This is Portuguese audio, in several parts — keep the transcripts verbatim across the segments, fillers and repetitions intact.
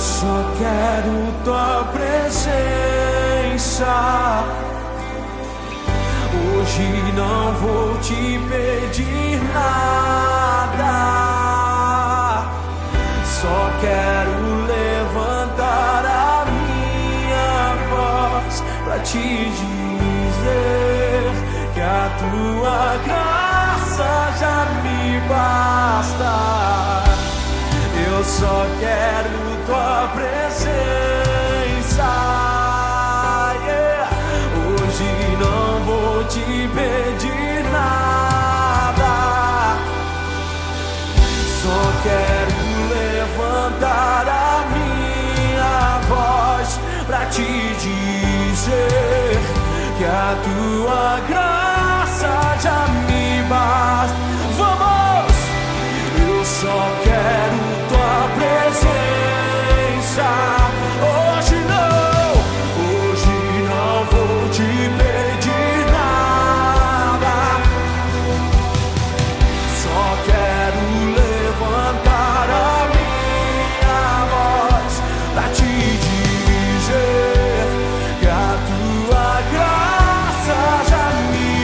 só quero tua presença. Hoje não vou te pedir nada, só quero levantar a minha voz pra te dizer que a tua graça já me basta. Eu só quero tua presença. Yeah. Hoje não vou te pedir nada, só quero levantar a minha voz pra te dizer que a tua graça já me basta. Vamos! Eu só quero tua presença. Hoje não, hoje não vou te pedir nada, só quero levantar a minha voz pra te dizer que a tua graça já me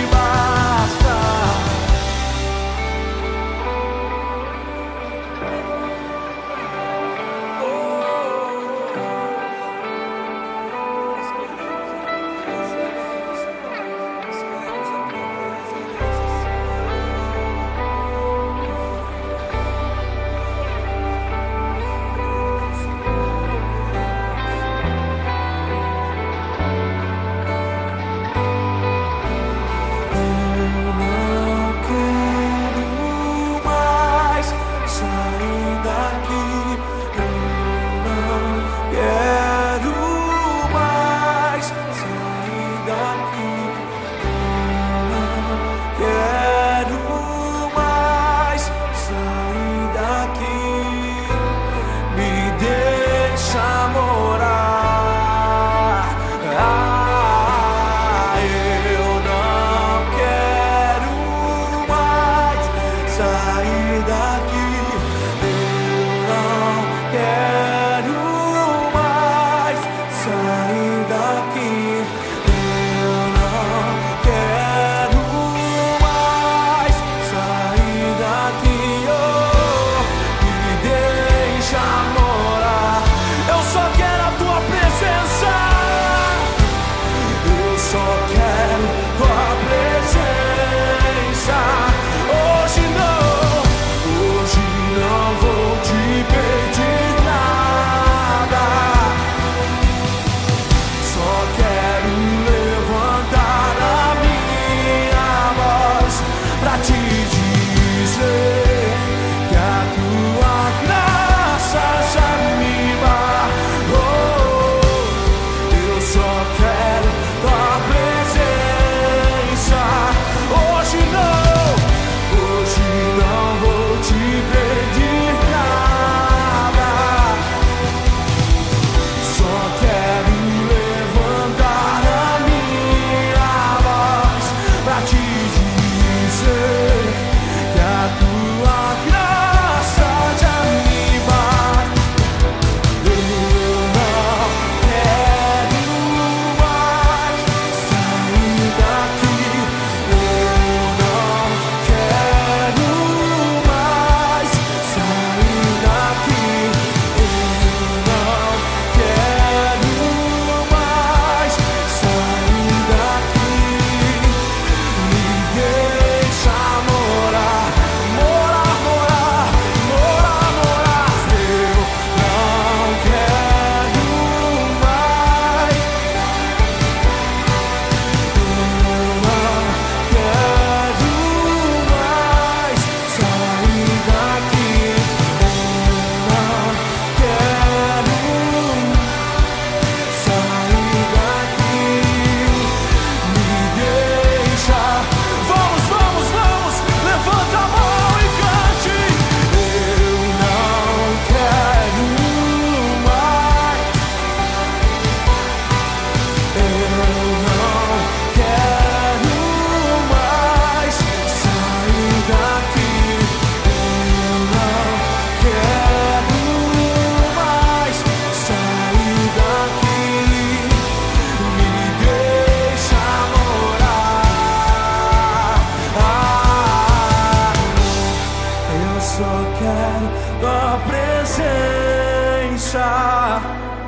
presença.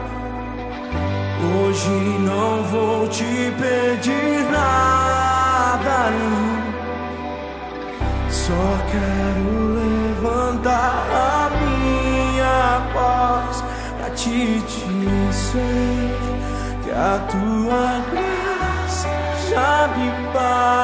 Hoje não vou te pedir nada, não. Só quero levantar a minha voz pra te dizer que a tua graça já me basta.